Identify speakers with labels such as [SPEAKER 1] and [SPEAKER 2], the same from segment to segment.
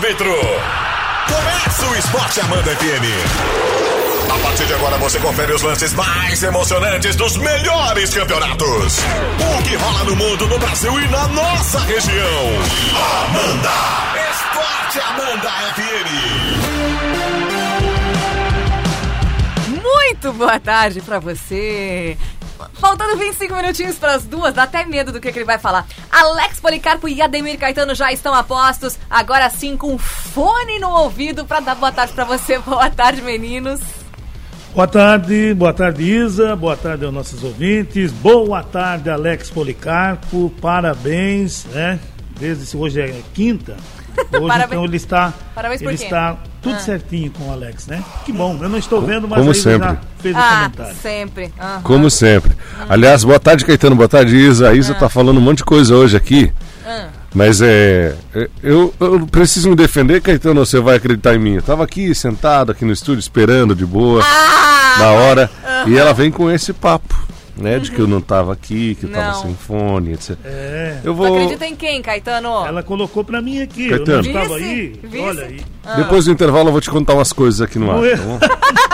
[SPEAKER 1] árbitro. Começa o Esporte Amanda FM. A partir de agora você confere os lances mais emocionantes dos melhores campeonatos. O que rola no mundo, no Brasil e na nossa região. Amanda. Esporte Amanda FM.
[SPEAKER 2] Muito boa tarde pra você. Faltando 25 minutinhos para as 2, dá até medo do que ele vai falar. Alex Policarpo e Ademir Caetano já estão a postos, agora sim com fone no ouvido para dar boa tarde para você. Boa tarde, meninos.
[SPEAKER 3] Boa tarde Isa, boa tarde aos nossos ouvintes, boa tarde Alex Policarpo, parabéns, né? Desde se hoje é quinta, hoje então ele está tudo certinho com o Alex, né? Que bom, eu não estou vendo, mas
[SPEAKER 4] como sempre.
[SPEAKER 3] Já fez o comentário.
[SPEAKER 2] Sempre. Uhum.
[SPEAKER 4] Como sempre. Aliás, boa tarde, Caetano, boa tarde, Isa. A Isa tá falando um monte de coisa hoje aqui, mas eu preciso me defender, Caetano, você vai acreditar em mim. Eu tava aqui, sentado aqui no estúdio, esperando de boa, na hora, e ela vem com esse papo, né, de que eu não tava aqui, que eu tava sem fone, etc. Eu vou...
[SPEAKER 2] Tu acredita em quem, Caetano?
[SPEAKER 3] Ela colocou pra mim aqui,
[SPEAKER 4] Caetano.
[SPEAKER 3] Eu não estava aí, olha aí.
[SPEAKER 4] Depois do intervalo eu vou te contar umas coisas aqui no ar, tá bom?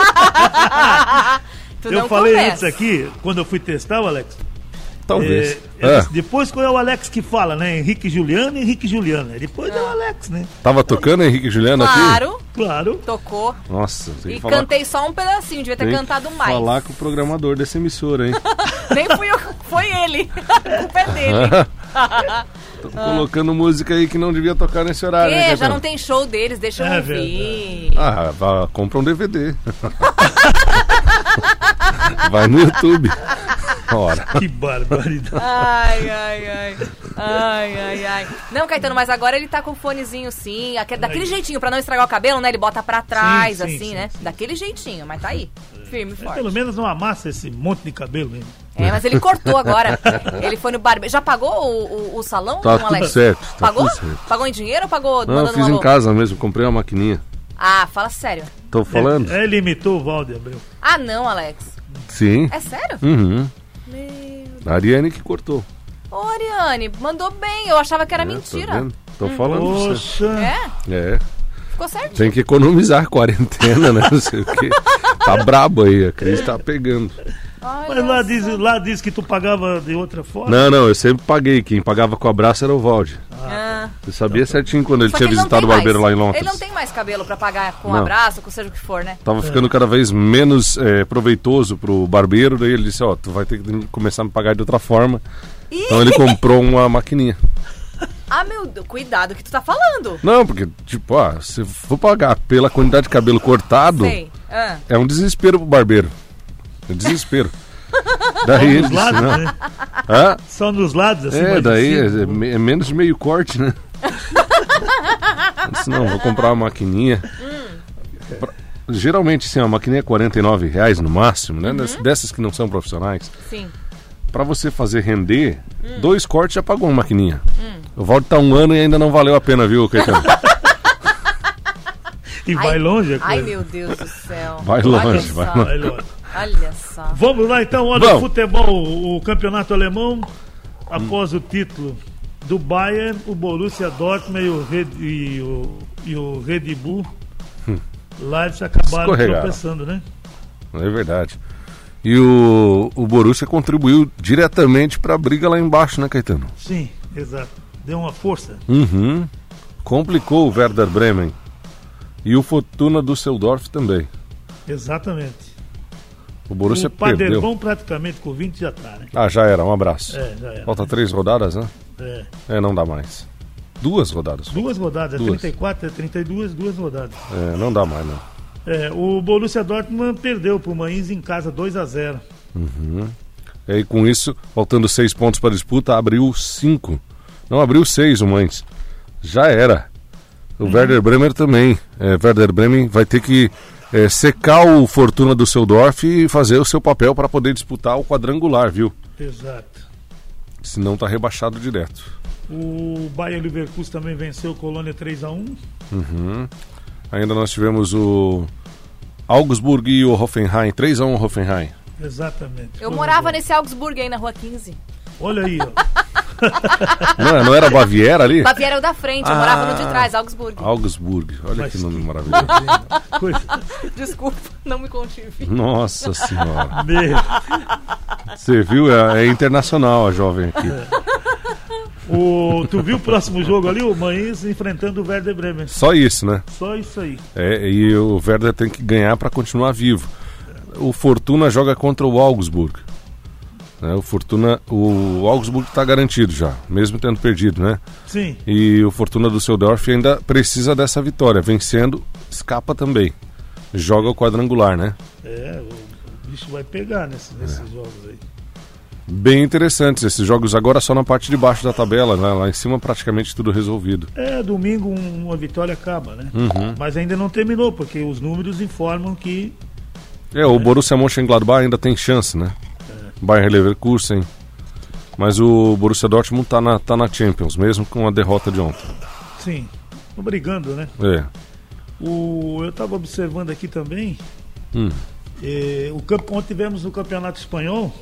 [SPEAKER 3] Eu falei antes aqui, quando eu fui testar o Alex.
[SPEAKER 4] Talvez.
[SPEAKER 3] Depois quando é o Alex que fala, né? Henrique e Juliana. Depois é o Alex, né?
[SPEAKER 4] Tava tocando Henrique e Juliana aqui?
[SPEAKER 3] Claro.
[SPEAKER 2] Tocou.
[SPEAKER 4] Nossa,
[SPEAKER 2] e cantei só um pedacinho, devia ter cantado mais.
[SPEAKER 4] Falar com o programador dessa emissora, hein?
[SPEAKER 2] Nem fui eu, foi ele. A culpa é dele.
[SPEAKER 4] Tô colocando música aí que não devia tocar nesse horário.
[SPEAKER 2] Né, já não tem show deles, deixa eu ouvir.
[SPEAKER 4] Compra um DVD. Vai no YouTube. Ora.
[SPEAKER 3] Que barbaridade.
[SPEAKER 2] Ai. Não, Caetano, mas agora ele tá com o fonezinho sim, daquele jeitinho, pra não estragar o cabelo, né? Ele bota pra trás, sim, né? Daquele jeitinho, mas tá aí, firme e forte.
[SPEAKER 3] Pelo menos não amassa esse monte de cabelo mesmo.
[SPEAKER 2] Mas ele cortou agora. Ele foi no barbeiro. Já pagou o salão,
[SPEAKER 4] tá tudo certo.
[SPEAKER 2] Pagou?
[SPEAKER 4] Tudo certo.
[SPEAKER 2] Pagou em dinheiro ou pagou
[SPEAKER 4] não, eu fiz em casa mesmo, comprei uma maquininha.
[SPEAKER 2] Fala sério.
[SPEAKER 4] Tô falando?
[SPEAKER 3] Ele imitou o Valde Abreu.
[SPEAKER 2] Não, Alex.
[SPEAKER 4] Sim.
[SPEAKER 2] É sério?
[SPEAKER 4] Uhum.
[SPEAKER 2] Meu Deus.
[SPEAKER 4] A Ariane que cortou.
[SPEAKER 2] Ô, Ariane, mandou bem. Eu achava que era mentira.
[SPEAKER 4] Tô falando.
[SPEAKER 3] Poxa.
[SPEAKER 2] Ficou certo?
[SPEAKER 4] Tem que economizar quarentena, né? Não sei o quê. Tá brabo aí, a crise tá pegando.
[SPEAKER 3] Mas lá diz que tu pagava de outra forma?
[SPEAKER 4] Não, eu sempre paguei. Quem pagava com o abraço era o Valde. Você sabia certinho quando ele tinha visitado o barbeiro lá em Londres.
[SPEAKER 2] Ele não tem mais cabelo pra pagar com abraço, com seja o que for, né?
[SPEAKER 4] Tava ficando cada vez menos proveitoso pro barbeiro. Daí ele disse, tu vai ter que começar a me pagar de outra forma. Então ele comprou uma maquininha.
[SPEAKER 2] Meu Deus, cuidado que tu tá falando.
[SPEAKER 4] Não, porque, se for pagar pela quantidade de cabelo cortado, é um desespero pro barbeiro. É desespero. Daí
[SPEAKER 3] só nos lados, né? Só nos lados, assim.
[SPEAKER 4] Daí é menos de meio corte, né? Não, vou comprar uma maquininha. Geralmente, sim, uma maquininha é R$49 no máximo, né? Dessas que não são profissionais.
[SPEAKER 2] Sim.
[SPEAKER 4] Pra você fazer render, 2 cortes já pagou uma maquininha. O Valde tá 1 ano e ainda não valeu a pena, viu, Caetano?
[SPEAKER 3] E vai longe a coisa.
[SPEAKER 2] Ai, meu Deus do céu.
[SPEAKER 4] Vai longe.
[SPEAKER 2] Olha só.
[SPEAKER 3] Vamos lá então, olha o futebol, o campeonato alemão, após o título do Bayern, o Borussia Dortmund e o Red Bull Leipzig acabaram tropeçando, né?
[SPEAKER 4] É verdade. E o Borussia contribuiu diretamente para a briga lá embaixo, né, Caetano?
[SPEAKER 3] Sim, exato. Deu uma força.
[SPEAKER 4] Complicou o Werder Bremen. E o Fortuna Düsseldorf também.
[SPEAKER 3] Exatamente.
[SPEAKER 4] O Borussia perdeu.
[SPEAKER 3] O Paderborn praticamente com 20 já tá, né?
[SPEAKER 4] Já era, um abraço.
[SPEAKER 3] Já era.
[SPEAKER 4] Falta 3 rodadas, né? Não dá mais. 2 rodadas.
[SPEAKER 3] 2 rodadas, 34, 32, 2 rodadas.
[SPEAKER 4] Não dá mais, não.
[SPEAKER 3] O Borussia Dortmund perdeu pro Mainz em casa 2-0.
[SPEAKER 4] E com isso, faltando 6 pontos para a disputa, abriu 5. Não, abriu 6 o Mainz. Já era. O Werder Bremen também. Werder Bremen vai ter que secar o Fortuna Düsseldorf e fazer o seu papel para poder disputar o quadrangular, viu?
[SPEAKER 3] Exato.
[SPEAKER 4] Senão tá rebaixado direto.
[SPEAKER 3] O Bayer Leverkusen também venceu o Colônia 3-1.
[SPEAKER 4] Ainda nós tivemos o Augsburg e o Hoffenheim. 3-1 o Hoffenheim.
[SPEAKER 3] Exatamente.
[SPEAKER 2] Eu morava nesse Augsburg aí na Rua 15.
[SPEAKER 3] Olha aí, ó.
[SPEAKER 4] Não era Baviera ali?
[SPEAKER 2] Baviera é o da frente, eu morava no de trás, Augsburg.
[SPEAKER 4] Augsburg, olha que nome maravilhoso.
[SPEAKER 2] Desculpa, não me contive.
[SPEAKER 4] Nossa senhora. Você viu? É internacional a jovem aqui.
[SPEAKER 3] Tu viu o próximo jogo ali? O Mainz enfrentando o Werder Bremen.
[SPEAKER 4] Só isso, né?
[SPEAKER 3] Só isso aí.
[SPEAKER 4] E o Werder tem que ganhar para continuar vivo. O Fortuna joga contra o Augsburg. O Augsburg está garantido já, mesmo tendo perdido, né?
[SPEAKER 3] Sim.
[SPEAKER 4] E o Fortuna Düsseldorf ainda precisa dessa vitória. Vencendo, escapa também. Joga o quadrangular, né?
[SPEAKER 3] O bicho vai pegar nesses jogos aí.
[SPEAKER 4] Bem interessantes esses jogos agora só na parte de baixo da tabela, né? Lá em cima praticamente tudo resolvido.
[SPEAKER 3] Domingo uma vitória acaba, né? Mas ainda não terminou, porque os números informam que...
[SPEAKER 4] O Borussia Mönchengladbach ainda tem chance, né? Bayer Leverkusen. Mas o Borussia Dortmund tá na Champions, mesmo com a derrota de ontem.
[SPEAKER 3] Sim, obrigando, né? Eu estava observando aqui também, ontem tivemos no Campeonato Espanhol,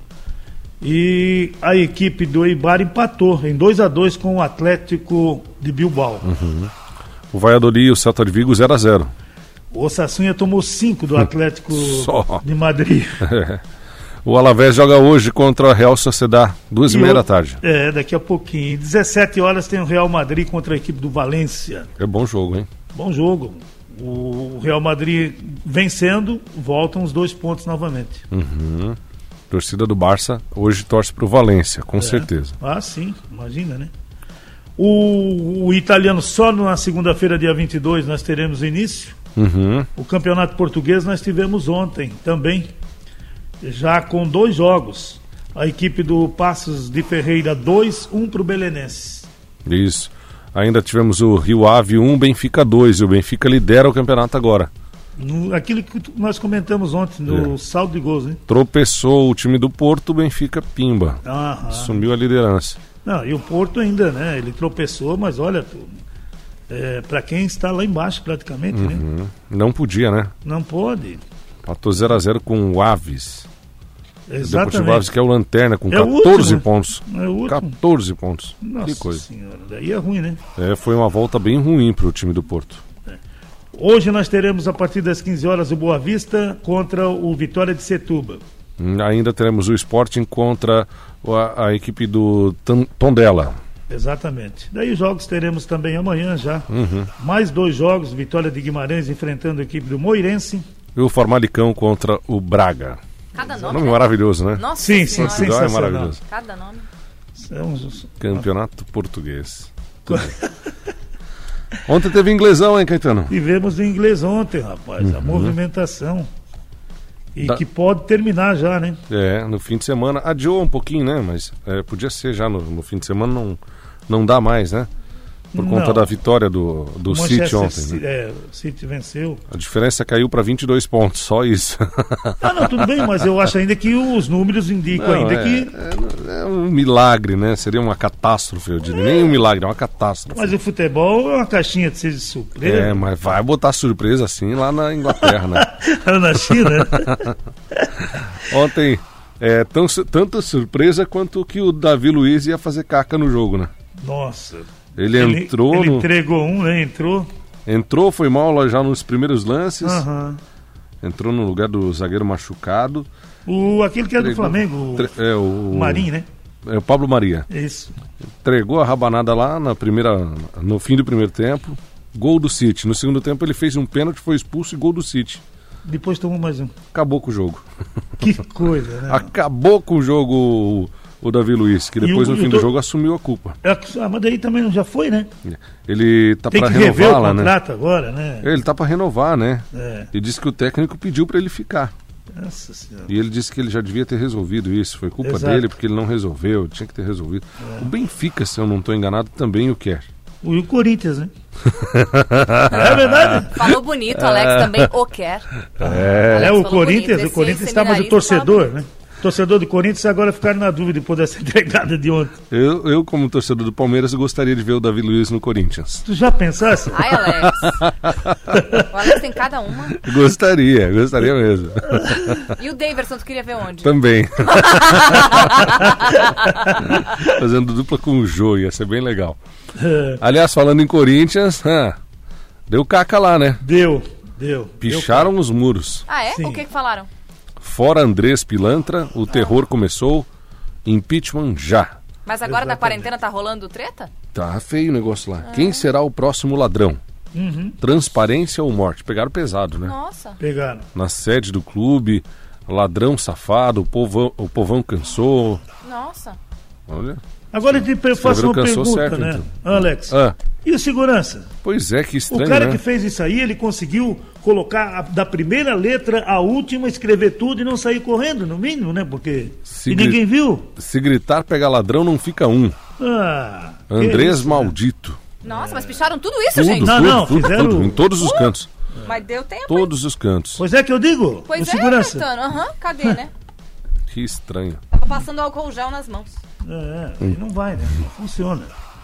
[SPEAKER 3] e a equipe do Eibar empatou em 2-2 com o Atlético de Bilbao.
[SPEAKER 4] O Valladolid e o Celta de Vigo 0-0.
[SPEAKER 3] O Osasuna tomou 5 do Atlético de Madrid.
[SPEAKER 4] O Alavés joga hoje contra a Real Sociedad, 2h30 da tarde.
[SPEAKER 3] Daqui a pouquinho. 17 horas tem o Real Madrid contra a equipe do Valência.
[SPEAKER 4] É bom jogo, hein?
[SPEAKER 3] Bom jogo. O Real Madrid vencendo, voltam os 2 pontos novamente.
[SPEAKER 4] Torcida do Barça hoje torce para o Valência, com certeza.
[SPEAKER 3] Sim, imagina, né? O italiano só na segunda-feira, dia 22, nós teremos início. O campeonato português nós tivemos ontem também, já com 2 jogos. A equipe do Passos de Ferreira 2-1 para o Belenenses. Isso.
[SPEAKER 4] Ainda tivemos o Rio Ave 1, Benfica 2, e o Benfica lidera o campeonato agora.
[SPEAKER 3] Aquilo que nós comentamos ontem, no saldo de gols, né?
[SPEAKER 4] Tropeçou o time do Porto, o Benfica pimba. Sumiu a liderança.
[SPEAKER 3] Não, e o Porto ainda, né? Ele tropeçou, mas olha, para quem está lá embaixo praticamente, né?
[SPEAKER 4] Não podia, né?
[SPEAKER 3] Não pode.
[SPEAKER 4] Empatou 0-0 com o Aves.
[SPEAKER 3] Exatamente.
[SPEAKER 4] O Aves, que é o Lanterna, com 14 pontos.
[SPEAKER 3] É o último.
[SPEAKER 4] 14 pontos.
[SPEAKER 3] Nossa
[SPEAKER 4] que coisa.
[SPEAKER 3] Senhora, daí é ruim, né?
[SPEAKER 4] Foi uma volta bem ruim para o time do Porto.
[SPEAKER 3] Hoje nós teremos, a partir das 15 horas, o Boa Vista contra o Vitória de Setúbal.
[SPEAKER 4] Ainda teremos o Sporting contra a equipe do Tondela.
[SPEAKER 3] Exatamente. Daí os jogos teremos também amanhã já. Mais 2 jogos, Vitória de Guimarães enfrentando a equipe do Moreirense.
[SPEAKER 4] E o Famalicão contra o Braga.
[SPEAKER 2] Cada nome,
[SPEAKER 4] né? Maravilhoso, né?
[SPEAKER 2] Nossa,
[SPEAKER 3] sim, sensacional.
[SPEAKER 4] É maravilhoso.
[SPEAKER 2] Cada nome.
[SPEAKER 4] Campeonato português. Ontem teve inglesão, hein, Caetano?
[SPEAKER 3] Tivemos em inglês ontem, rapaz. A movimentação. E que pode terminar já, né?
[SPEAKER 4] No fim de semana. Adiou um pouquinho, né? Mas podia ser já no fim de semana, não dá mais, né? Por conta da vitória do City ontem. Né?
[SPEAKER 3] O City venceu.
[SPEAKER 4] A diferença caiu para 22 pontos, só isso.
[SPEAKER 3] Não, tudo bem, mas eu acho ainda que os números indicam que...
[SPEAKER 4] É um milagre, né? Seria uma catástrofe, eu diria. Nem um milagre, é uma catástrofe.
[SPEAKER 3] Mas o futebol é uma caixinha de surpresa.
[SPEAKER 4] Mas vai botar surpresa assim lá na Inglaterra, né?
[SPEAKER 3] Na China.
[SPEAKER 4] Ontem, tanta surpresa quanto que o Davi Luiz ia fazer caca no jogo, né?
[SPEAKER 3] Nossa...
[SPEAKER 4] Ele entrou.
[SPEAKER 3] Ele entregou né?
[SPEAKER 4] Entrou, foi mal lá já nos primeiros lances. Entrou no lugar do zagueiro machucado.
[SPEAKER 3] Aquele que era do Flamengo. O Marinho, né?
[SPEAKER 4] É o Pablo Maria.
[SPEAKER 3] Isso.
[SPEAKER 4] Entregou a rabanada lá no fim do primeiro tempo. Gol do City. No segundo tempo ele fez um pênalti, foi expulso e gol do City.
[SPEAKER 3] Depois tomou mais um.
[SPEAKER 4] Acabou com o jogo.
[SPEAKER 3] Que coisa, né?
[SPEAKER 4] Acabou com o jogo o Davi Luiz, que depois no fim do jogo assumiu a culpa.
[SPEAKER 3] Mas daí também não já foi, né?
[SPEAKER 4] Ele tá para renovar,
[SPEAKER 3] rever o
[SPEAKER 4] né?
[SPEAKER 3] contrato agora, né?
[SPEAKER 4] Ele tá para renovar, né? E disse que o técnico pediu para ele ficar.
[SPEAKER 3] Nossa Senhora.
[SPEAKER 4] E ele disse que ele já devia ter resolvido isso. Foi culpa dele porque ele não resolveu. Tinha que ter resolvido. O Benfica, se eu não estou enganado, também o quer.
[SPEAKER 3] E o Corinthians, né? É verdade.
[SPEAKER 2] Falou bonito, Alex também o quer.
[SPEAKER 3] O Corinthians está, mas o torcedor, né? torcedor do Corinthians agora ficaram na dúvida depois dessa entregada de ontem.
[SPEAKER 4] Eu, como torcedor do Palmeiras, gostaria de ver o Davi Luiz no Corinthians.
[SPEAKER 3] Tu já pensasse?
[SPEAKER 2] Ai, Alex. O Alex tem cada uma.
[SPEAKER 4] Gostaria mesmo.
[SPEAKER 2] E o Daverson, tu queria ver onde?
[SPEAKER 4] Também. Fazendo dupla com o Jô, ia ser bem legal. Aliás, falando em Corinthians, deu caca lá, né?
[SPEAKER 3] Deu.
[SPEAKER 4] Picharam os muros.
[SPEAKER 2] Ah, é?
[SPEAKER 3] Sim.
[SPEAKER 2] O que falaram?
[SPEAKER 4] Fora Andrés Pilantra, o terror começou. Impeachment já.
[SPEAKER 2] Mas agora da quarentena tá rolando treta?
[SPEAKER 4] Tá feio o negócio lá. Quem será o próximo ladrão? Transparência ou morte? Pegaram pesado, né?
[SPEAKER 2] Nossa.
[SPEAKER 3] Pegaram.
[SPEAKER 4] Na sede do clube, ladrão safado, o povão cansou.
[SPEAKER 2] Nossa.
[SPEAKER 4] Olha.
[SPEAKER 3] Agora eu te faço uma pergunta,
[SPEAKER 4] certo,
[SPEAKER 3] né,
[SPEAKER 4] então.
[SPEAKER 3] Alex? E o segurança?
[SPEAKER 4] Pois é, que estranho,
[SPEAKER 3] O cara
[SPEAKER 4] né?
[SPEAKER 3] que fez isso aí, ele conseguiu colocar da primeira letra à última, escrever tudo e não sair correndo, no mínimo, né? Porque ninguém viu.
[SPEAKER 4] Se gritar pegar ladrão, não fica um. Andrés
[SPEAKER 3] isso,
[SPEAKER 4] maldito.
[SPEAKER 2] Nossa, mas picharam tudo isso, gente?
[SPEAKER 3] Fizeram...
[SPEAKER 4] Em todos os cantos.
[SPEAKER 2] Mas deu tempo.
[SPEAKER 4] Todos os cantos.
[SPEAKER 3] Pois é que eu digo,
[SPEAKER 2] Pois
[SPEAKER 3] o segurança.
[SPEAKER 2] Caetano. Cadê, né?
[SPEAKER 4] Que estranho.
[SPEAKER 2] Tava passando álcool gel nas mãos.
[SPEAKER 3] Não vai, né? Não funciona.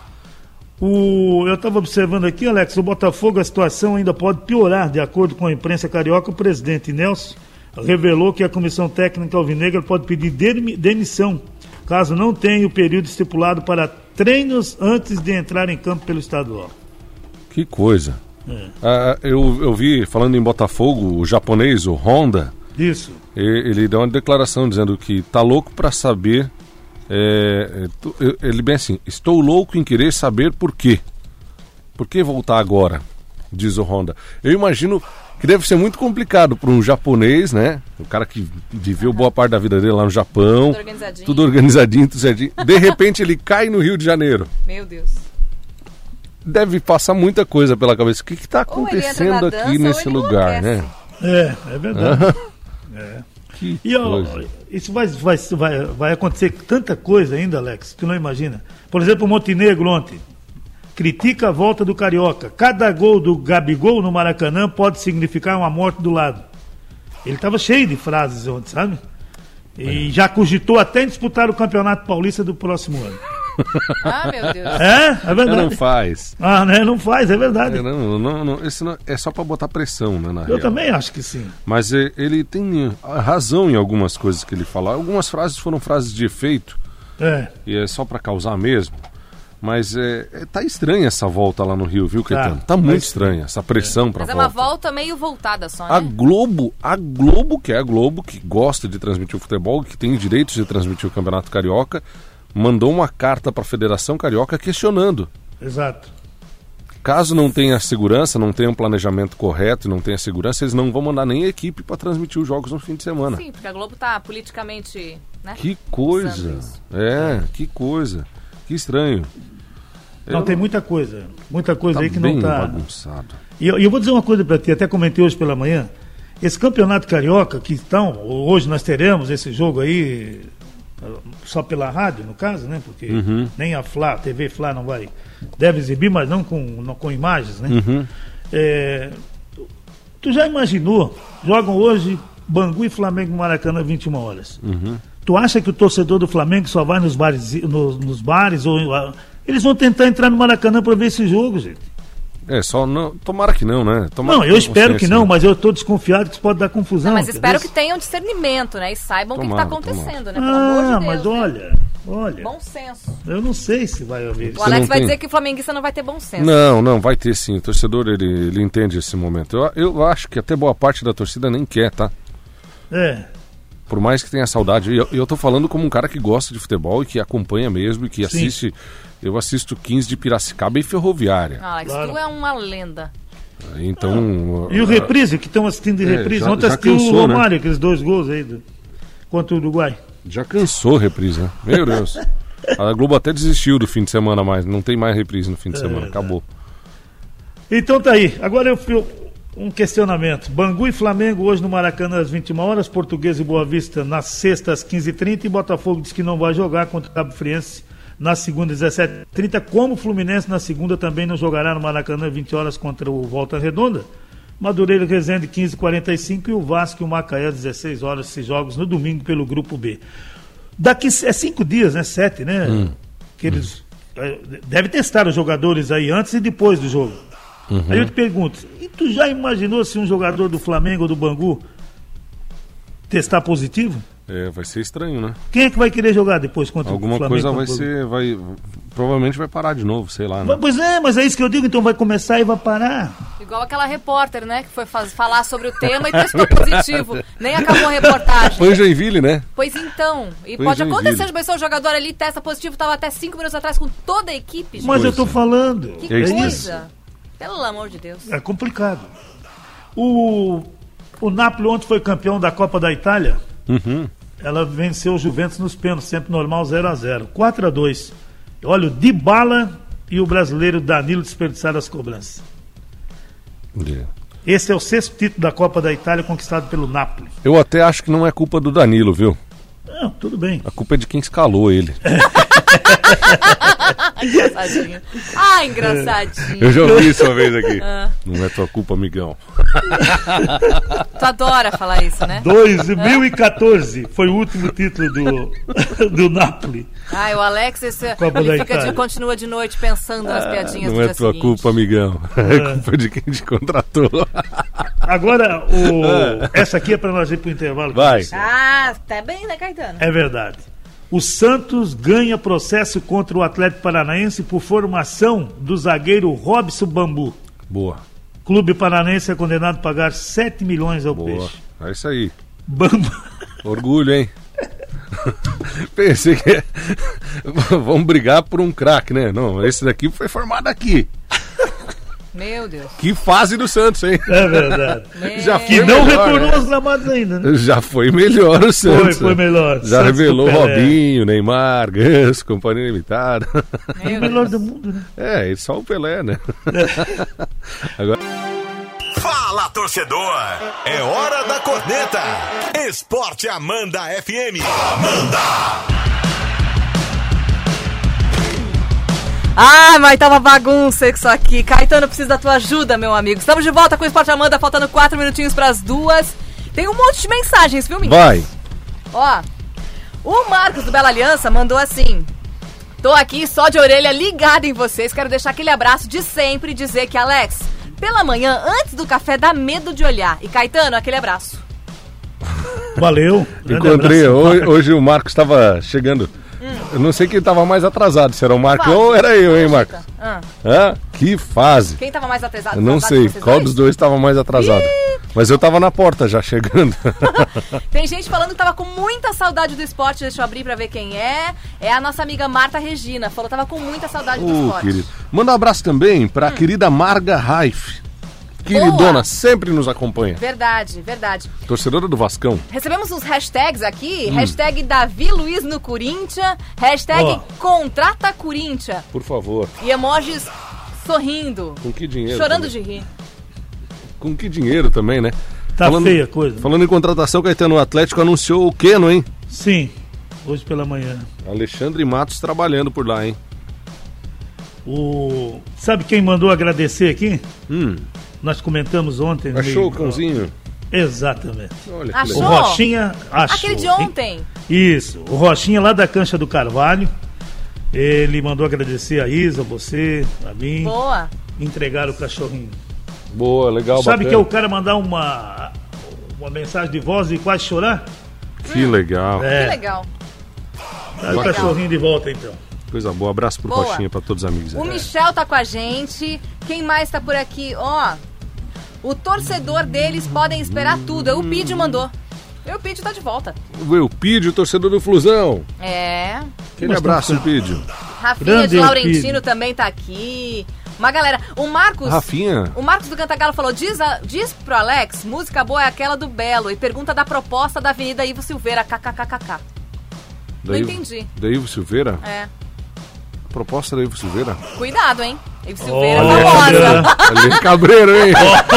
[SPEAKER 3] Eu estava observando aqui, Alex, o Botafogo, a situação ainda pode piorar. De acordo com a imprensa carioca, o presidente Nelson revelou que a comissão técnica alvinegra pode pedir demissão, caso não tenha o período estipulado para treinos antes de entrar em campo pelo estadual.
[SPEAKER 4] Que coisa. Eu vi, falando em Botafogo, o japonês, o Honda,
[SPEAKER 3] Isso.
[SPEAKER 4] Ele deu uma declaração dizendo que tá louco para saber. Ele bem assim: estou louco em querer saber por quê. Por que voltar agora? Diz o Honda. Eu imagino que deve ser muito complicado para um japonês, né? O cara que viveu boa parte da vida dele lá no Japão. Tudo organizadinho, tudo certinho. De repente ele cai no Rio de Janeiro.
[SPEAKER 2] Meu Deus.
[SPEAKER 4] Deve passar muita coisa pela cabeça. O que está acontecendo aqui nesse lugar, né?
[SPEAKER 3] É verdade. Isso vai acontecer tanta coisa ainda, Alex, que tu não imagina. Por exemplo, o Montenegro ontem critica a volta do Carioca. Cada gol do Gabigol no Maracanã pode significar uma morte do lado. Ele estava cheio de frases ontem, sabe? E já cogitou até em disputar o Campeonato Paulista do próximo ano.
[SPEAKER 2] Meu Deus.
[SPEAKER 3] É verdade.
[SPEAKER 4] Não faz.
[SPEAKER 3] Não faz, é verdade.
[SPEAKER 4] Isso não, é só para botar pressão, né, na
[SPEAKER 3] Eu
[SPEAKER 4] real.
[SPEAKER 3] também acho que sim.
[SPEAKER 4] Mas ele tem razão em algumas coisas que ele fala. Algumas frases foram frases de efeito. E é só para causar mesmo. Mas tá estranha essa volta lá no Rio, viu, Caetano? Tá muito estranha essa pressão pra volta.
[SPEAKER 2] Mas é uma volta meio voltada só, né?
[SPEAKER 4] A Globo, que é a Globo, que gosta de transmitir o futebol, que tem direitos de transmitir o Campeonato Carioca, mandou uma carta para a Federação Carioca questionando.
[SPEAKER 3] Exato.
[SPEAKER 4] Caso não tenha segurança, não tenha um planejamento correto e não tenha segurança, eles não vão mandar nem a equipe para transmitir os jogos no fim de semana.
[SPEAKER 2] Sim, porque a Globo tá politicamente, né?
[SPEAKER 4] Que coisa. Que coisa. Que estranho.
[SPEAKER 3] Não, tem muita coisa
[SPEAKER 4] Tá
[SPEAKER 3] aí que não tá
[SPEAKER 4] bagunçado.
[SPEAKER 3] E eu vou dizer uma coisa para ti, até comentei hoje pela manhã. Esse Campeonato Carioca, hoje nós teremos esse jogo aí só pela rádio, no caso, né? Porque nem a TV Fla não vai, deve exibir, mas não com imagens, né? Tu já imaginou? Jogam hoje Bangu e Flamengo no Maracanã 21 horas. Tu acha que o torcedor do Flamengo só vai nos bares ou eles vão tentar entrar no Maracanã para ver esse jogo, gente?
[SPEAKER 4] Tomara que não, né?
[SPEAKER 3] Eu espero que não, mas eu estou desconfiado que isso pode dar confusão.
[SPEAKER 2] Mas espero que tenham discernimento, né? E saibam o que está acontecendo, né? Pelo amor de Deus.
[SPEAKER 3] Mas
[SPEAKER 2] olha. Bom senso.
[SPEAKER 3] Eu não sei se vai haver isso.
[SPEAKER 2] O Alex vai dizer que o flamenguista não vai ter bom senso.
[SPEAKER 4] Não, vai ter sim. O torcedor, ele entende esse momento. Eu acho que até boa parte da torcida nem quer, tá? Por mais que tenha saudade. Eu tô falando como um cara que gosta de futebol e que acompanha mesmo e que assiste. Eu assisto 15 de Piracicaba e Ferroviária.
[SPEAKER 2] Alex, tu é uma lenda.
[SPEAKER 4] Então.
[SPEAKER 3] E o Reprise, que estão assistindo de Reprise. Ontem assistiu o Romário, né? Aqueles 2 gols aí contra o Uruguai.
[SPEAKER 4] Já cansou Reprise, né? Meu Deus. A Globo até desistiu do fim de semana, mas não tem mais Reprise no fim de semana. Acabou.
[SPEAKER 3] Então tá aí. Agora um questionamento. Bangu e Flamengo hoje no Maracanã às 21 horas, Portuguesa e Boa Vista na sexta às 15h30 e Botafogo diz que não vai jogar contra o Cabo Friense na segunda às 17h30, como o Fluminense na segunda também não jogará no Maracanã às 20 horas contra o Volta Redonda. Madureira Resende 15h45 e o Vasco e o Macaé 16 horas, esses jogos no domingo pelo Grupo B. Daqui 5 dias, né? 7, né? Que eles devem testar os jogadores aí antes e depois do jogo. Aí eu te pergunto, e tu já imaginou se um jogador do Flamengo ou do Bangu testar positivo?
[SPEAKER 4] Vai ser estranho, né?
[SPEAKER 3] Quem é que vai querer jogar depois contra
[SPEAKER 4] Alguma
[SPEAKER 3] o Flamengo?
[SPEAKER 4] Alguma coisa provavelmente vai parar de novo, sei lá, né?
[SPEAKER 3] Pois é, mas é isso que eu digo, então vai começar e vai parar.
[SPEAKER 2] Igual aquela repórter, né, que foi falar sobre o tema e testou positivo. Nem acabou a reportagem.
[SPEAKER 4] Foi em Joinville, né?
[SPEAKER 2] Pois então. E
[SPEAKER 4] Foi
[SPEAKER 2] pode
[SPEAKER 4] em
[SPEAKER 2] acontecer
[SPEAKER 4] Joinville.
[SPEAKER 2] de pessoa, o jogador ali testa positivo, estava até 5 minutos atrás com toda a equipe. Gente.
[SPEAKER 3] Mas eu tô falando.
[SPEAKER 2] Que
[SPEAKER 4] É
[SPEAKER 2] coisa.
[SPEAKER 4] isso.
[SPEAKER 2] Pelo amor de Deus.
[SPEAKER 3] É complicado. O Napoli ontem foi campeão da Copa da Itália. Ela venceu o Juventus nos pênaltis, sempre normal, 0-0. 4-2. Olha, o Dybala e o brasileiro Danilo desperdiçaram as cobranças. Esse é o 6º título da Copa da Itália conquistado pelo Napoli.
[SPEAKER 4] Eu até acho que não é culpa do Danilo, viu?
[SPEAKER 3] Não, tudo bem.
[SPEAKER 4] A culpa é de quem escalou ele.
[SPEAKER 2] Engraçadinho. Ah, engraçadinho.
[SPEAKER 4] Eu já ouvi isso uma vez aqui. Não é tua culpa, amigão.
[SPEAKER 2] Tu adora falar isso, né?
[SPEAKER 3] 2014 foi o último título do Napoli.
[SPEAKER 2] Ah, o Alex,
[SPEAKER 3] Copa da
[SPEAKER 2] ele
[SPEAKER 3] Itália.
[SPEAKER 2] continua de noite pensando nas piadinhas
[SPEAKER 4] Não
[SPEAKER 2] do
[SPEAKER 4] é
[SPEAKER 2] dia
[SPEAKER 4] tua
[SPEAKER 2] seguinte.
[SPEAKER 4] culpa, amigão. É culpa de quem te contratou.
[SPEAKER 3] Agora, essa aqui é para nós ir para o intervalo.
[SPEAKER 4] Vai.
[SPEAKER 2] Ah, tá bem, né, Caetano?
[SPEAKER 3] É verdade. O Santos ganha processo contra o Atlético Paranaense por formação do zagueiro Robson Bambu.
[SPEAKER 4] Boa.
[SPEAKER 3] Clube Paranaense é condenado a pagar 7 milhões ao
[SPEAKER 4] Boa.
[SPEAKER 3] Peixe.
[SPEAKER 4] É isso aí.
[SPEAKER 3] Bambu.
[SPEAKER 4] Orgulho, hein? Pensei que vamos brigar por um craque, né? Não, esse daqui foi formado aqui.
[SPEAKER 2] Meu Deus.
[SPEAKER 4] Que fase do Santos, hein?
[SPEAKER 3] É verdade.
[SPEAKER 4] Já
[SPEAKER 3] Que
[SPEAKER 4] foi
[SPEAKER 3] não
[SPEAKER 4] melhor,
[SPEAKER 3] retornou
[SPEAKER 4] né?
[SPEAKER 3] aos gramados ainda, né?
[SPEAKER 4] Já foi melhor o Santos.
[SPEAKER 3] Foi melhor.
[SPEAKER 4] Já
[SPEAKER 3] Santos
[SPEAKER 4] revelou
[SPEAKER 3] do Pelé.
[SPEAKER 4] Robinho, Neymar, Ganso, Companhia Limitada.
[SPEAKER 3] É o melhor do mundo, né?
[SPEAKER 4] É, só o Pelé, né? Agora...
[SPEAKER 1] Fala, torcedor! É hora da corneta! Esporte Amanda FM.
[SPEAKER 2] Ah, mas tá uma bagunça isso aqui. Caetano, preciso da tua ajuda, meu amigo. Estamos de volta com o Esporte Amanda, faltando 4 minutinhos pras 2. Tem um monte de mensagens, viu, menino?
[SPEAKER 4] Vai!
[SPEAKER 2] Ó, o Marcos do Bela Aliança mandou assim: tô aqui só de orelha ligada em vocês. Quero deixar aquele abraço de sempre e dizer que, Alex, pela manhã, antes do café, dá medo de olhar. E Caetano, aquele abraço.
[SPEAKER 3] Valeu. Grande
[SPEAKER 4] Encontrei,
[SPEAKER 3] abraço.
[SPEAKER 4] hoje o Marcos estava chegando. Eu não sei quem estava mais atrasado, se era o Marcos
[SPEAKER 2] Fala.
[SPEAKER 4] ou era eu, hein, Marcos?
[SPEAKER 2] Ah,
[SPEAKER 4] Hã? Que fase!
[SPEAKER 2] quem tava mais atrasado?
[SPEAKER 4] Eu não
[SPEAKER 2] atrasado
[SPEAKER 4] sei
[SPEAKER 2] que vocês
[SPEAKER 4] qual
[SPEAKER 2] dois?
[SPEAKER 4] dos dois estava mais atrasado. Mas eu estava na porta já chegando.
[SPEAKER 2] Tem gente falando que tava com muita saudade do esporte. Deixa eu abrir pra ver quem é. É a nossa amiga Marta Regina. Falou que tava com muita saudade do esporte.
[SPEAKER 4] Querido. Manda um abraço também para a querida Marga Raif. Queridona,
[SPEAKER 2] Boa.
[SPEAKER 4] sempre nos acompanha.
[SPEAKER 2] Verdade, verdade.
[SPEAKER 4] Torcedora do Vascão.
[SPEAKER 2] Recebemos uns hashtags aqui. Hashtag Davi Luiz no Corinthians. Hashtag
[SPEAKER 3] Ó.
[SPEAKER 2] Contrata Corinthians.
[SPEAKER 4] Por favor.
[SPEAKER 2] E emojis sorrindo.
[SPEAKER 4] Com que dinheiro?
[SPEAKER 2] Chorando
[SPEAKER 4] também?
[SPEAKER 2] de rir.
[SPEAKER 4] Com que dinheiro também, né?
[SPEAKER 3] Tá feia a coisa.
[SPEAKER 4] Falando em contratação, Caetano, o Atlético anunciou o Keno, hein?
[SPEAKER 3] Sim, hoje pela manhã.
[SPEAKER 4] Alexandre Matos trabalhando por lá, hein?
[SPEAKER 3] Sabe quem mandou agradecer aqui?
[SPEAKER 4] Hum,
[SPEAKER 3] Nós comentamos ontem. no
[SPEAKER 4] achou
[SPEAKER 3] meio-
[SPEAKER 4] o cãozinho?
[SPEAKER 3] Exatamente.
[SPEAKER 4] Olha que
[SPEAKER 2] Achou?
[SPEAKER 3] O
[SPEAKER 4] legal.
[SPEAKER 3] Rochinha achou.
[SPEAKER 2] Aquele de
[SPEAKER 3] hein?
[SPEAKER 2] ontem.
[SPEAKER 3] Isso, o Rochinha lá da Cancha do Carvalho. Ele mandou agradecer a Isa, você, a mim.
[SPEAKER 2] Boa.
[SPEAKER 3] Entregaram o cachorrinho.
[SPEAKER 4] Boa, legal,
[SPEAKER 3] Sabe que é
[SPEAKER 4] bacana.
[SPEAKER 3] o cara mandar uma mensagem de voz e quase chorar?
[SPEAKER 4] Que legal.
[SPEAKER 2] Que legal.
[SPEAKER 3] Dá o
[SPEAKER 2] Legal.
[SPEAKER 3] cachorrinho de volta então.
[SPEAKER 4] Coisa boa. Abraço pro
[SPEAKER 2] Boa.
[SPEAKER 4] Rochinha, pra todos os amigos.
[SPEAKER 2] O
[SPEAKER 4] aí.
[SPEAKER 2] Michel tá com a gente. Quem mais tá por aqui? Ó, o torcedor deles podem esperar tudo. O Eupídio mandou. O Eupídio tá de volta.
[SPEAKER 4] O Eupídio, torcedor do Flusão.
[SPEAKER 2] É.
[SPEAKER 4] Aquele
[SPEAKER 3] Nós
[SPEAKER 4] abraço,
[SPEAKER 3] estamos-
[SPEAKER 4] Eupídio.
[SPEAKER 2] Rafinha
[SPEAKER 3] Grande
[SPEAKER 2] de Laurentino
[SPEAKER 3] Eupídio.
[SPEAKER 2] também tá aqui. Uma galera. O Marcos.
[SPEAKER 4] Rafinha.
[SPEAKER 2] O Marcos do Cantagalo falou: diz pro Alex, música boa é aquela do Belo. E pergunta da proposta da Avenida Ivo Silveira, kkkk. Não entendi.
[SPEAKER 4] Da Ivo Silveira?
[SPEAKER 2] É.
[SPEAKER 4] proposta da Ivo Silveira.
[SPEAKER 2] Cuidado, hein? Ivo Silveira é famosa.
[SPEAKER 4] Ali é cabreiro, hein?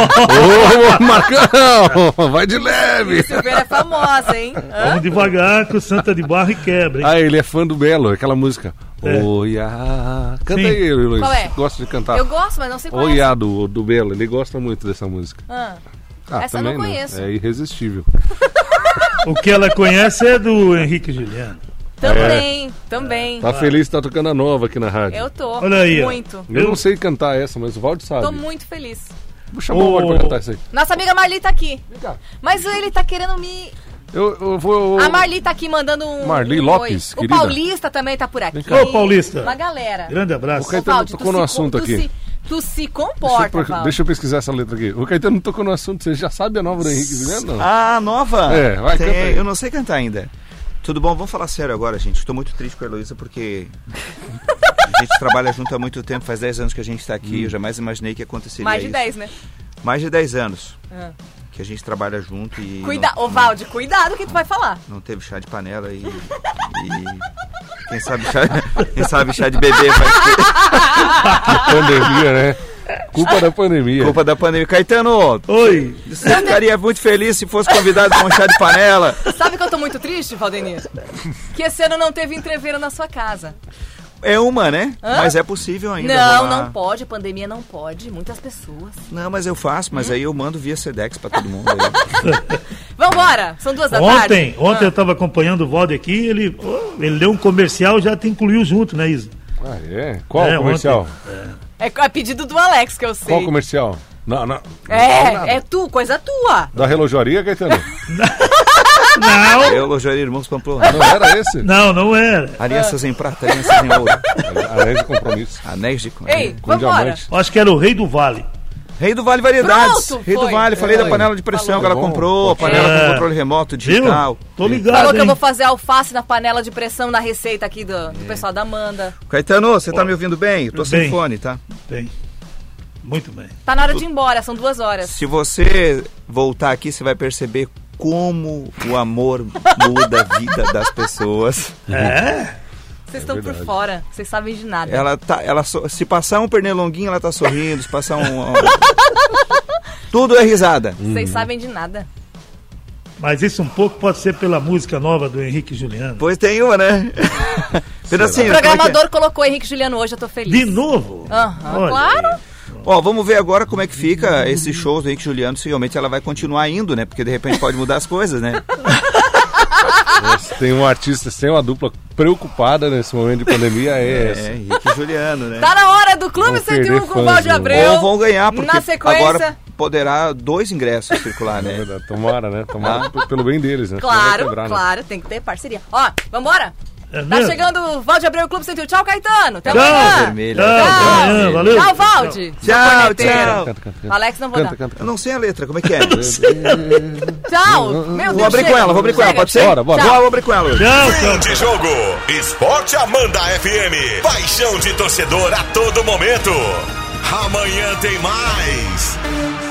[SPEAKER 4] Ô, Marcão, vai de leve.
[SPEAKER 2] Ivo Silveira é famosa, hein?
[SPEAKER 3] Vamos devagar com Santa de Barra e quebra, hein?
[SPEAKER 4] Ah, ele é fã do Belo, aquela música. Oiá. Canta
[SPEAKER 3] Sim.
[SPEAKER 4] aí, Luiz.
[SPEAKER 2] Qual é?
[SPEAKER 4] Gosta de cantar.
[SPEAKER 2] Eu gosto, mas não sei qual
[SPEAKER 4] Oiá, do Belo. Ele gosta muito dessa música.
[SPEAKER 2] Essa eu não conheço.
[SPEAKER 4] É irresistível.
[SPEAKER 3] O que ela conhece é do Henrique e Juliano.
[SPEAKER 2] Também.
[SPEAKER 4] Tá feliz, tá tocando a nova aqui na rádio.
[SPEAKER 2] Eu tô.
[SPEAKER 3] Olha aí, ó.
[SPEAKER 2] Muito.
[SPEAKER 4] Eu não sei cantar essa, mas o Valdir sabe.
[SPEAKER 2] Tô muito feliz.
[SPEAKER 4] Vou chamar o Valdir pra cantar isso aí.
[SPEAKER 2] Nossa amiga Marli tá aqui.
[SPEAKER 4] Vem cá.
[SPEAKER 2] Mas ele tá querendo me...
[SPEAKER 4] Eu vou...
[SPEAKER 2] A Marli tá aqui mandando um...
[SPEAKER 4] Marli
[SPEAKER 2] um
[SPEAKER 4] Lopes,
[SPEAKER 2] oi.
[SPEAKER 4] querida.
[SPEAKER 2] O Paulista também tá por aqui.
[SPEAKER 3] cá. Ô, Paulista.
[SPEAKER 2] Uma galera.
[SPEAKER 3] Grande abraço.
[SPEAKER 4] O Caetano
[SPEAKER 2] Valdir,
[SPEAKER 4] tocou no assunto aqui.
[SPEAKER 2] Tu se comporta, Valdir.
[SPEAKER 4] Deixa eu pesquisar essa letra aqui. O Caetano tocou no assunto. Você já sabe a nova do Henrique Juliano?
[SPEAKER 5] Ah, nova?
[SPEAKER 4] É, vai, canta aí.
[SPEAKER 5] Eu não sei cantar ainda. Tudo bom? Vamos falar sério agora, gente. Estou muito triste com a Heloísa porque a gente trabalha junto há muito tempo. Faz 10 anos que a gente está aqui. Eu jamais imaginei que aconteceria
[SPEAKER 2] Mais de
[SPEAKER 5] isso.
[SPEAKER 2] 10, né?
[SPEAKER 5] Mais de 10 anos que a gente trabalha junto e...
[SPEAKER 2] Ô, Valdir, cuidado que tu vai falar.
[SPEAKER 5] Não teve chá de panela e quem sabe chá de bebê vai ter.
[SPEAKER 4] Pandemia, né? Culpa da pandemia.
[SPEAKER 5] Culpa da pandemia. Caetano,
[SPEAKER 3] Oi.
[SPEAKER 5] você ficaria muito feliz se fosse convidado para um chá de panela.
[SPEAKER 2] Sabe que eu tô muito triste, Valdenir? Que esse ano não teve entreveiro na sua casa.
[SPEAKER 5] É uma, né? Mas é possível ainda.
[SPEAKER 2] Não pode, pandemia não pode, muitas pessoas.
[SPEAKER 5] Não, mas eu faço, mas aí eu mando via Sedex pra todo mundo. Aí.
[SPEAKER 2] Vambora, são 2 da tarde.
[SPEAKER 3] Ontem eu tava acompanhando o Valdir aqui, ele deu um comercial, já te incluiu junto, né, Isa?
[SPEAKER 4] Ah, é? Qual o comercial?
[SPEAKER 2] É pedido do Alex que eu sei.
[SPEAKER 4] Qual comercial? Não.
[SPEAKER 2] É coisa tua.
[SPEAKER 4] Da relojoaria, Caetano?
[SPEAKER 3] Não.
[SPEAKER 5] Eu elogiaria Irmãos Pamplona.
[SPEAKER 4] Não era esse?
[SPEAKER 3] Não era.
[SPEAKER 5] Alianças em prata, alianças em ouro.
[SPEAKER 4] Anéis de compromisso.
[SPEAKER 5] Anéis de compromisso.
[SPEAKER 2] Ei,
[SPEAKER 4] Com
[SPEAKER 2] vambora.
[SPEAKER 4] diamante.
[SPEAKER 3] Acho que era o Rei do Vale.
[SPEAKER 5] Rei do Vale Variedades.
[SPEAKER 2] Pronto,
[SPEAKER 5] Rei do
[SPEAKER 2] foi.
[SPEAKER 5] Vale, falei
[SPEAKER 2] Foi.
[SPEAKER 5] da panela de pressão
[SPEAKER 2] Falou.
[SPEAKER 5] que ela
[SPEAKER 4] Bom,
[SPEAKER 5] comprou, a
[SPEAKER 4] pode
[SPEAKER 5] panela
[SPEAKER 3] ser.
[SPEAKER 5] com controle remoto, digital.
[SPEAKER 3] Viu? Tô ligado,
[SPEAKER 2] Falou que eu
[SPEAKER 3] hein?
[SPEAKER 2] vou fazer alface na panela de pressão na receita aqui do pessoal da Amanda.
[SPEAKER 5] Caetano, você tá me ouvindo bem? Eu tô sem
[SPEAKER 3] Bem.
[SPEAKER 5] fone, tá?
[SPEAKER 3] Bem. Muito bem.
[SPEAKER 2] Tá na hora de ir embora, são 2 horas.
[SPEAKER 5] Se você voltar aqui, você vai perceber como o amor muda a vida das pessoas.
[SPEAKER 2] Vocês estão por fora, vocês sabem de nada.
[SPEAKER 5] Se passar um pernilonguinho, ela tá sorrindo. Se passar tudo é risada.
[SPEAKER 2] Vocês sabem de nada.
[SPEAKER 3] Mas isso um pouco pode ser pela música nova do Henrique e Juliano.
[SPEAKER 5] Pois tem uma, né? Pedacinho.
[SPEAKER 2] O programador colocou Henrique e Juliano hoje, eu tô feliz.
[SPEAKER 3] De novo? Olha
[SPEAKER 2] Claro.
[SPEAKER 3] aí.
[SPEAKER 5] Ó, vamos ver agora como é que fica esses shows do Henrique e Juliano. Se realmente ela vai continuar indo, né? Porque de repente pode mudar as coisas, né?
[SPEAKER 4] Tem um artista, tem uma dupla preocupada nesse momento de pandemia, é essa.
[SPEAKER 5] Henrique e Juliano, né?
[SPEAKER 2] Tá na hora do Clube
[SPEAKER 4] Vão perder
[SPEAKER 2] 101 com o
[SPEAKER 4] fãs,
[SPEAKER 2] Valdir
[SPEAKER 4] né?
[SPEAKER 2] Abreu.
[SPEAKER 5] Ou vão ganhar, porque
[SPEAKER 2] Na sequência...
[SPEAKER 5] agora poderá 2 ingressos circular,
[SPEAKER 4] É
[SPEAKER 5] né?
[SPEAKER 4] verdade, tomara, né? Tomara pelo bem deles, né? Senão vai
[SPEAKER 2] Claro,
[SPEAKER 4] quebrar, né?
[SPEAKER 2] claro, tem que ter parceria. Ó, vambora?
[SPEAKER 3] É
[SPEAKER 2] Tá
[SPEAKER 3] mesmo?
[SPEAKER 2] chegando o Valdir Abreu, Clube 101. Tchau, Caetano. Até
[SPEAKER 3] Tchau,
[SPEAKER 2] amanhã.
[SPEAKER 5] vermelho.
[SPEAKER 3] Tchau, até amanhã, valeu.
[SPEAKER 2] Tchau, Valdir. Seu
[SPEAKER 5] Tchau,
[SPEAKER 2] corneteiro.
[SPEAKER 5] tchau.
[SPEAKER 4] Canta.
[SPEAKER 2] Alex, não vou dar.
[SPEAKER 4] Canta.
[SPEAKER 5] Eu não sei a letra, como é que é?
[SPEAKER 2] Tchau. Meu Deus,
[SPEAKER 5] Vou abrir com
[SPEAKER 2] chega.
[SPEAKER 5] ela,
[SPEAKER 2] Chega.
[SPEAKER 5] pode ser?
[SPEAKER 4] Bora.
[SPEAKER 2] Tchau.
[SPEAKER 5] Vou abrir com ela.
[SPEAKER 3] Tchau.
[SPEAKER 1] De jogo, Esporte Amanda FM. Paixão de torcedor a todo momento. Amanhã tem mais.